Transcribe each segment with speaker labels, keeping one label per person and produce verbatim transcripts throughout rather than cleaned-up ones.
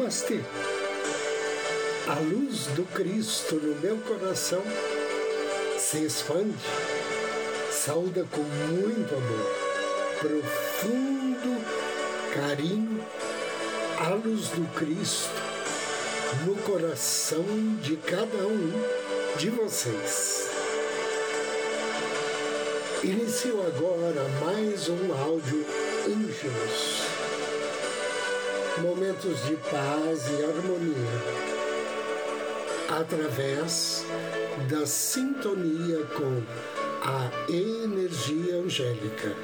Speaker 1: Namastê. A luz do Cristo no meu coração se expande, saúda com muito amor, profundo carinho, a luz do Cristo no coração de cada um de vocês. Inicio agora mais um áudio Ângelos. Momentos de paz e harmonia, através da sintonia com a energia angélica.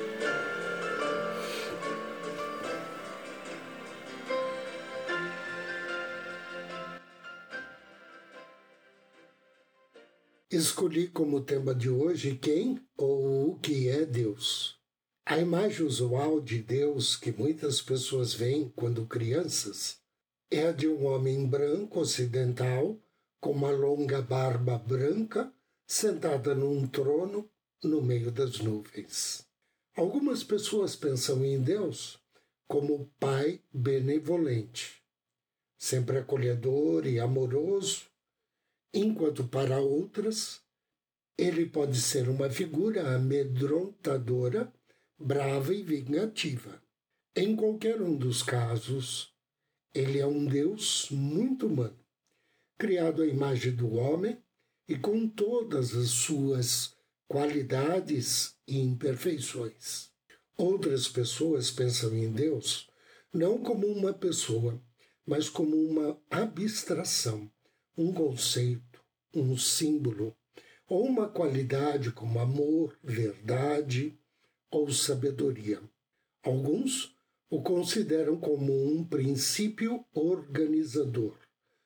Speaker 1: Escolhi como tema de hoje quem ou o que é Deus. A imagem usual de Deus que muitas pessoas veem quando crianças é a de um homem branco ocidental com uma longa barba branca sentada num trono no meio das nuvens. Algumas pessoas pensam em Deus como Pai benevolente, sempre acolhedor e amoroso, enquanto para outras ele pode ser uma figura amedrontadora, brava e vingativa. Em qualquer um dos casos, ele é um Deus muito humano, criado à imagem do homem e com todas as suas qualidades e imperfeições. Outras pessoas pensam em Deus não como uma pessoa, mas como uma abstração, um conceito, um símbolo, ou uma qualidade como amor, verdade ou sabedoria. Alguns o consideram como um princípio organizador,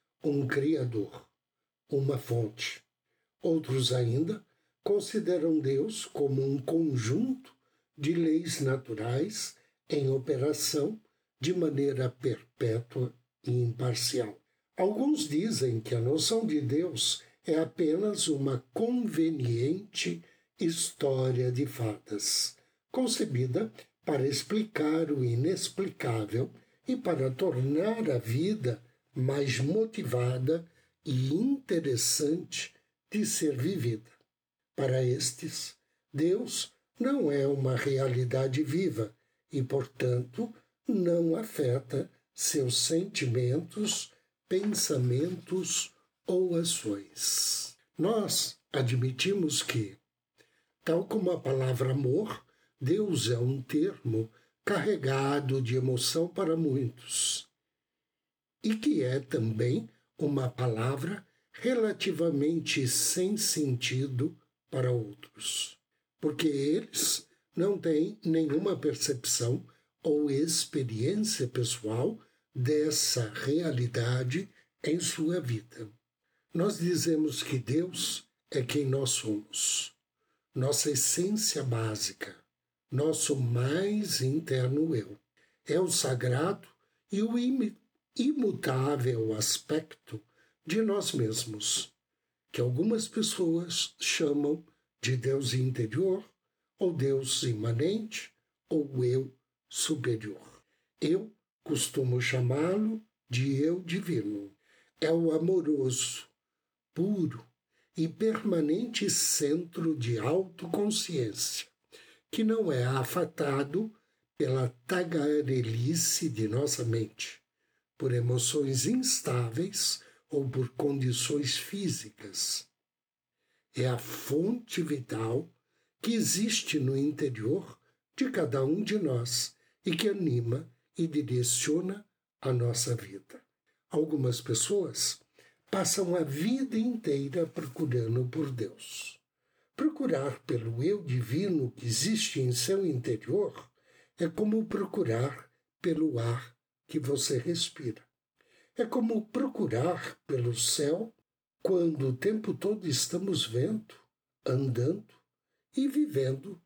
Speaker 1: um criador, uma fonte. Outros ainda consideram Deus como um conjunto de leis naturais em operação de maneira perpétua e imparcial. Alguns dizem que a noção de Deus é apenas uma conveniente história de fadas, concebida para explicar o inexplicável e para tornar a vida mais motivada e interessante de ser vivida. Para estes, Deus não é uma realidade viva e, portanto, não afeta seus sentimentos, pensamentos ou ações. Nós admitimos que, tal como a palavra amor, Deus é um termo carregado de emoção para muitos e que é também uma palavra relativamente sem sentido para outros, porque eles não têm nenhuma percepção ou experiência pessoal dessa realidade em sua vida. Nós dizemos que Deus é quem nós somos, nossa essência básica, nosso mais interno eu. É o sagrado e o imutável aspecto de nós mesmos, que algumas pessoas chamam de Deus interior, ou Deus imanente, ou eu superior. Eu costumo chamá-lo de eu divino. É o amoroso, puro e permanente centro de autoconsciência, que não é afatado pela tagarelice de nossa mente, por emoções instáveis ou por condições físicas. É a fonte vital que existe no interior de cada um de nós e que anima e direciona a nossa vida. Algumas pessoas passam a vida inteira procurando por Deus. Procurar pelo eu divino que existe em seu interior é como procurar pelo ar que você respira. É como procurar pelo céu quando o tempo todo estamos vendo, andando e vivendo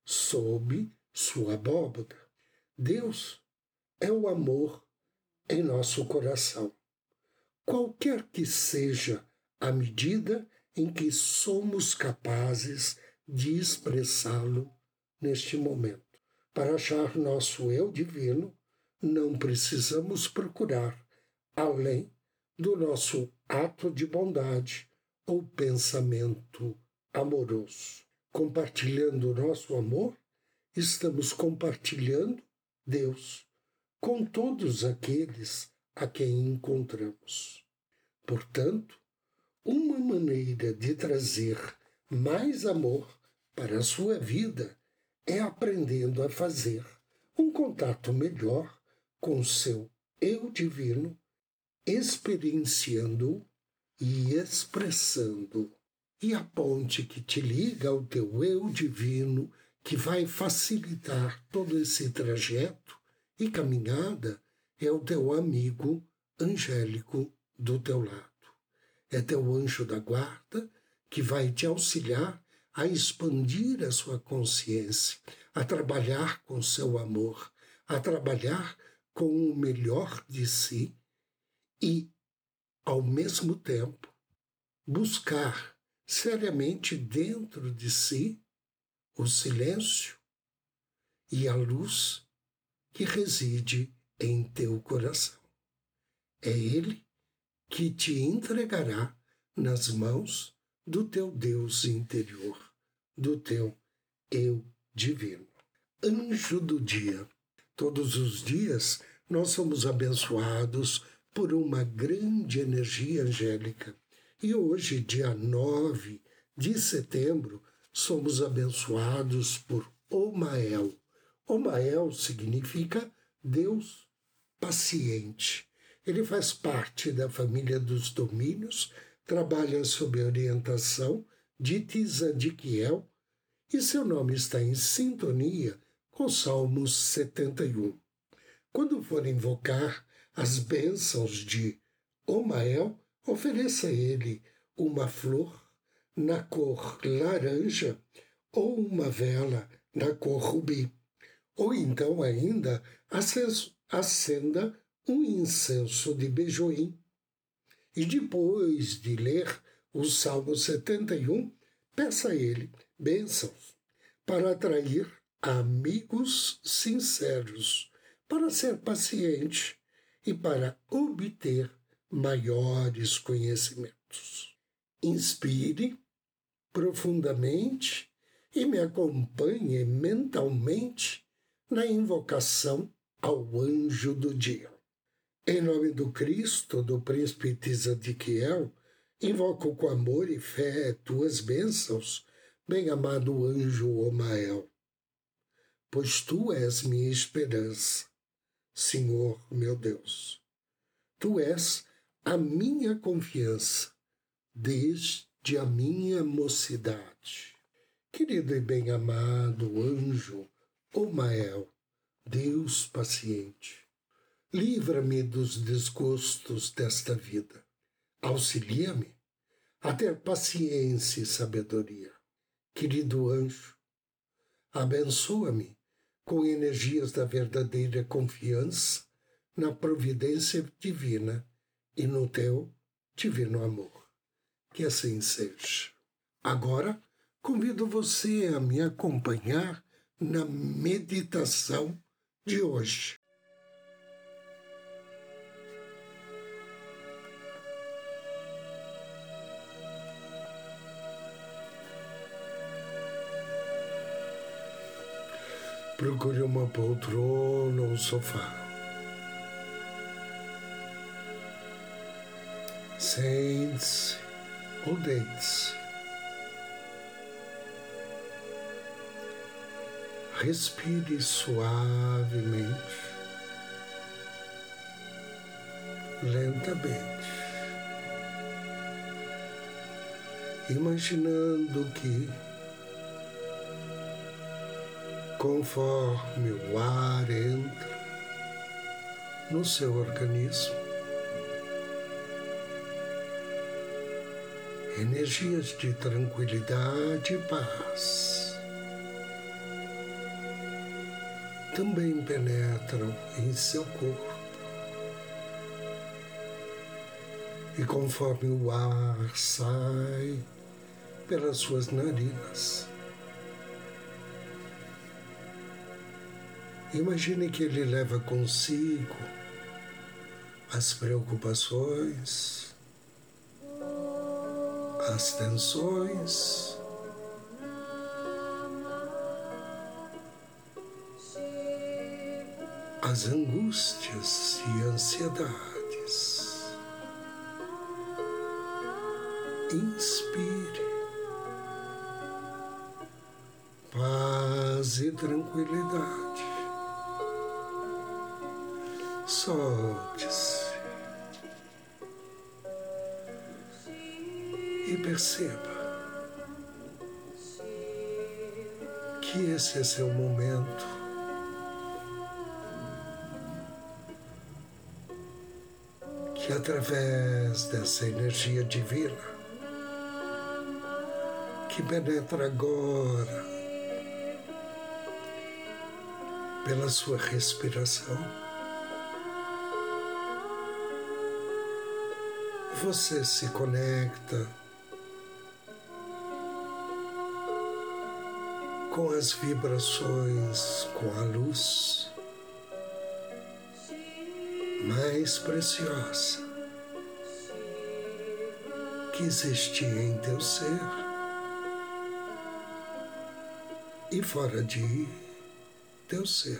Speaker 1: sob sua abóbada. Deus é o amor em nosso coração, qualquer que seja a medida em que somos capazes de expressá-lo neste momento. Para achar nosso eu divino, não precisamos procurar além do nosso ato de bondade ou pensamento amoroso. Compartilhando o nosso amor, estamos compartilhando Deus com todos aqueles a quem encontramos. Portanto, uma maneira de trazer mais amor para a sua vida é aprendendo a fazer um contato melhor com o seu eu divino, experienciando-o e expressando. E a ponte que te liga ao teu eu divino, que vai facilitar todo esse trajeto e caminhada, é o teu amigo angélico do teu lado. É teu anjo da guarda que vai te auxiliar a expandir a sua consciência, a trabalhar com seu amor, a trabalhar com o melhor de si e, ao mesmo tempo, buscar seriamente dentro de si o silêncio e a luz que reside em teu coração. É ele que te entregará nas mãos do teu Deus interior, do teu eu divino. Anjo do dia. Todos os dias nós somos abençoados por uma grande energia angélica. E hoje, dia nove de setembro, somos abençoados por Omael. Omael significa Deus paciente. Ele faz parte da família dos domínios, trabalha sob a orientação de Tzadkiel e seu nome está em sintonia com Salmos setenta e um. Quando for invocar as bênçãos de Omael, ofereça a ele uma flor na cor laranja ou uma vela na cor rubi. Ou então ainda acenda um incenso de bejoim. E depois de ler o Salmo setenta e um, peça a ele bênçãos para atrair amigos sinceros, para ser paciente e para obter maiores conhecimentos. Inspire profundamente e me acompanhe mentalmente na invocação ao anjo do dia. Em nome do Cristo, do príncipe Tzadkiel, invoco com amor e fé tuas bênçãos, bem-amado anjo Omael, pois tu és minha esperança, Senhor meu Deus. Tu és a minha confiança desde a minha mocidade. Querido e bem-amado anjo Omael, Deus paciente, livra-me dos desgostos desta vida. Auxilia-me a ter paciência e sabedoria. Querido anjo, abençoa-me com energias da verdadeira confiança na providência divina e no teu divino amor. Que assim seja. Agora, convido você a me acompanhar na meditação de hoje. Procure uma poltrona ou um sofá. Sente-se ou deite-se. Respire suavemente, lentamente, imaginando que, conforme o ar entra no seu organismo, energias de tranquilidade e paz também penetram em seu corpo. E conforme o ar sai pelas suas narinas, imagine que ele leva consigo as preocupações, as tensões, as angústias e ansiedades. Inspire paz e tranquilidade. Solte-se e perceba que esse é seu momento que, através dessa energia divina que penetra agora pela sua respiração, você se conecta com as vibrações, com a luz mais preciosa que existe em teu ser e fora de teu ser.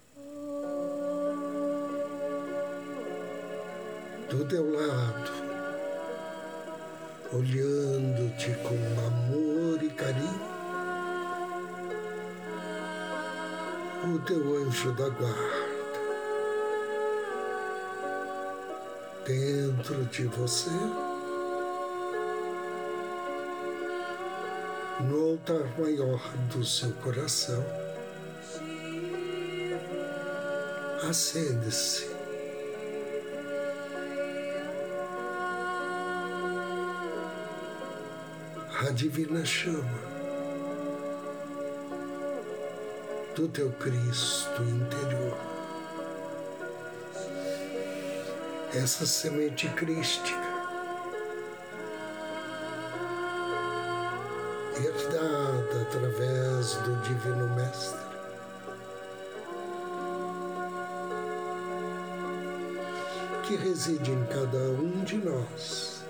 Speaker 1: Do teu lado, olhando-te com amor e carinho, o teu anjo da guarda. Dentro de você, no altar maior do seu coração, acende-se a divina chama do teu Cristo interior. Essa semente crística, herdada através do Divino Mestre, que reside em cada um de nós,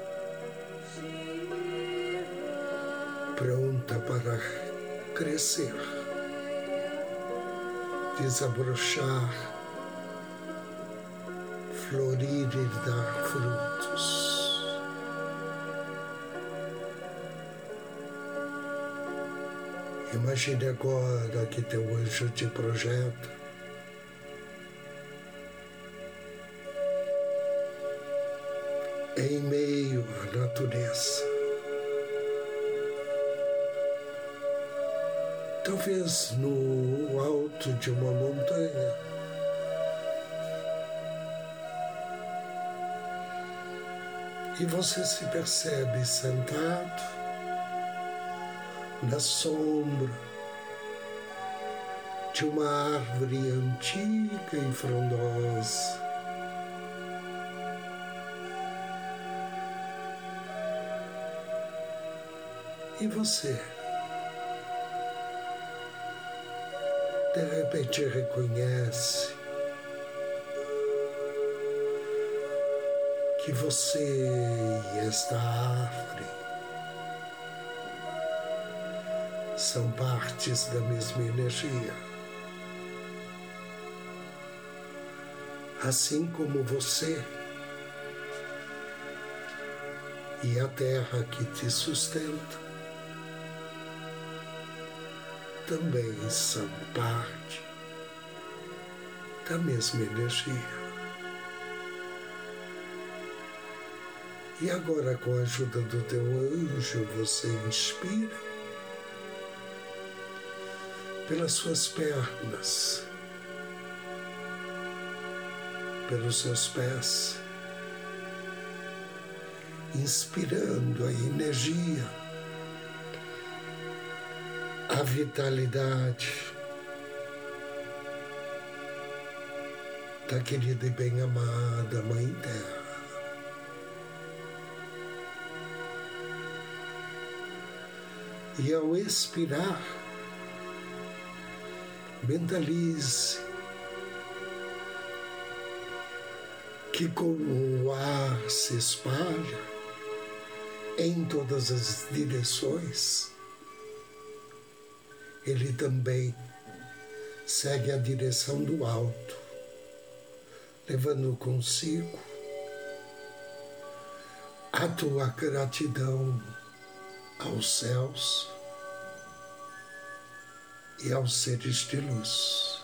Speaker 1: pronta para crescer, desabrochar, florir e dar frutos. Imagine agora que teu anjo te projeta em meio à natureza. Talvez no alto de uma montanha. E você se percebe sentado na sombra de uma árvore antiga e frondosa. E você, de repente, reconhece que você e esta árvore são partes da mesma energia. Assim como você e a terra que te sustenta também são parte da mesma energia. E agora, com a ajuda do teu anjo, você inspira pelas suas pernas, pelos seus pés, inspirando a energia, a vitalidade da querida e bem-amada Mãe Terra. E ao expirar, mentalize que como o ar se espalha em todas as direções, ele também segue a direção do alto, levando consigo a tua gratidão aos céus e aos seres de luz.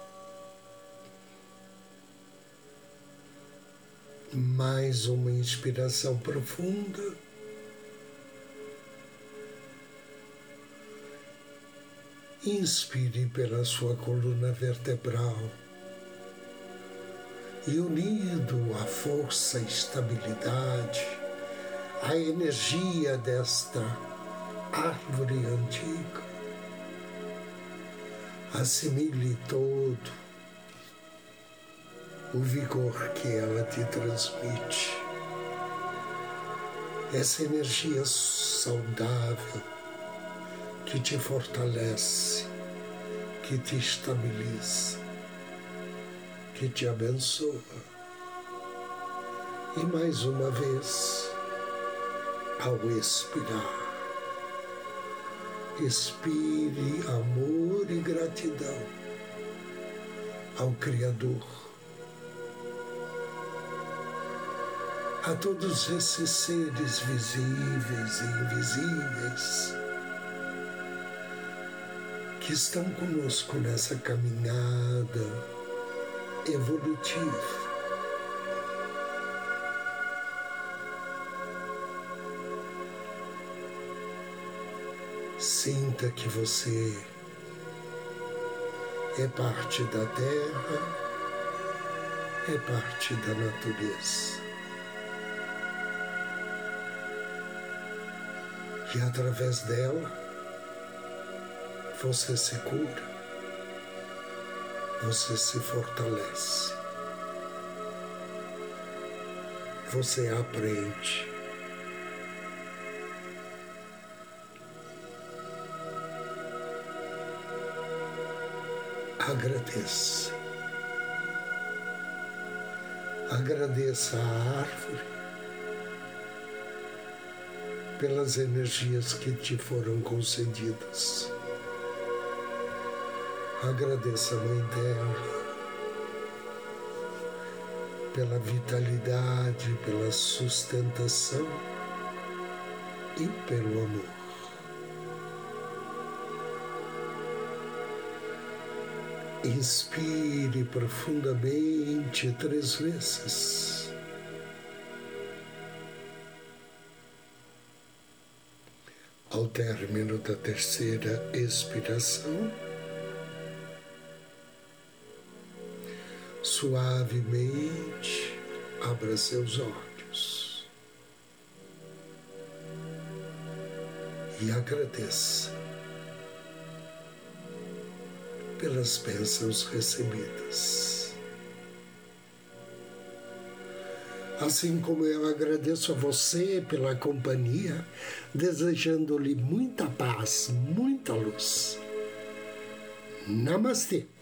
Speaker 1: Mais uma inspiração profunda. Inspire pela sua coluna vertebral e, unido à força e estabilidade, à energia desta árvore antiga, assimile todo o vigor que ela te transmite, essa energia saudável que te fortalece, que te estabiliza, que te abençoa. E mais uma vez, ao expirar, expire amor e gratidão ao Criador, a todos esses seres visíveis e invisíveis que estão conosco nessa caminhada evolutiva. Sinta que você é parte da terra, é parte da natureza. E através dela, você se cura, você se fortalece, você aprende. Agradeça. Agradeça à árvore pelas energias que te foram concedidas. Agradeça a Mãe Terra pela vitalidade, pela sustentação e pelo amor. Inspire profundamente três vezes. Ao término da terceira expiração, suavemente abra seus olhos e agradeça pelas bênçãos recebidas. Assim como eu agradeço a você pela companhia, desejando-lhe muita paz, muita luz. Namastê!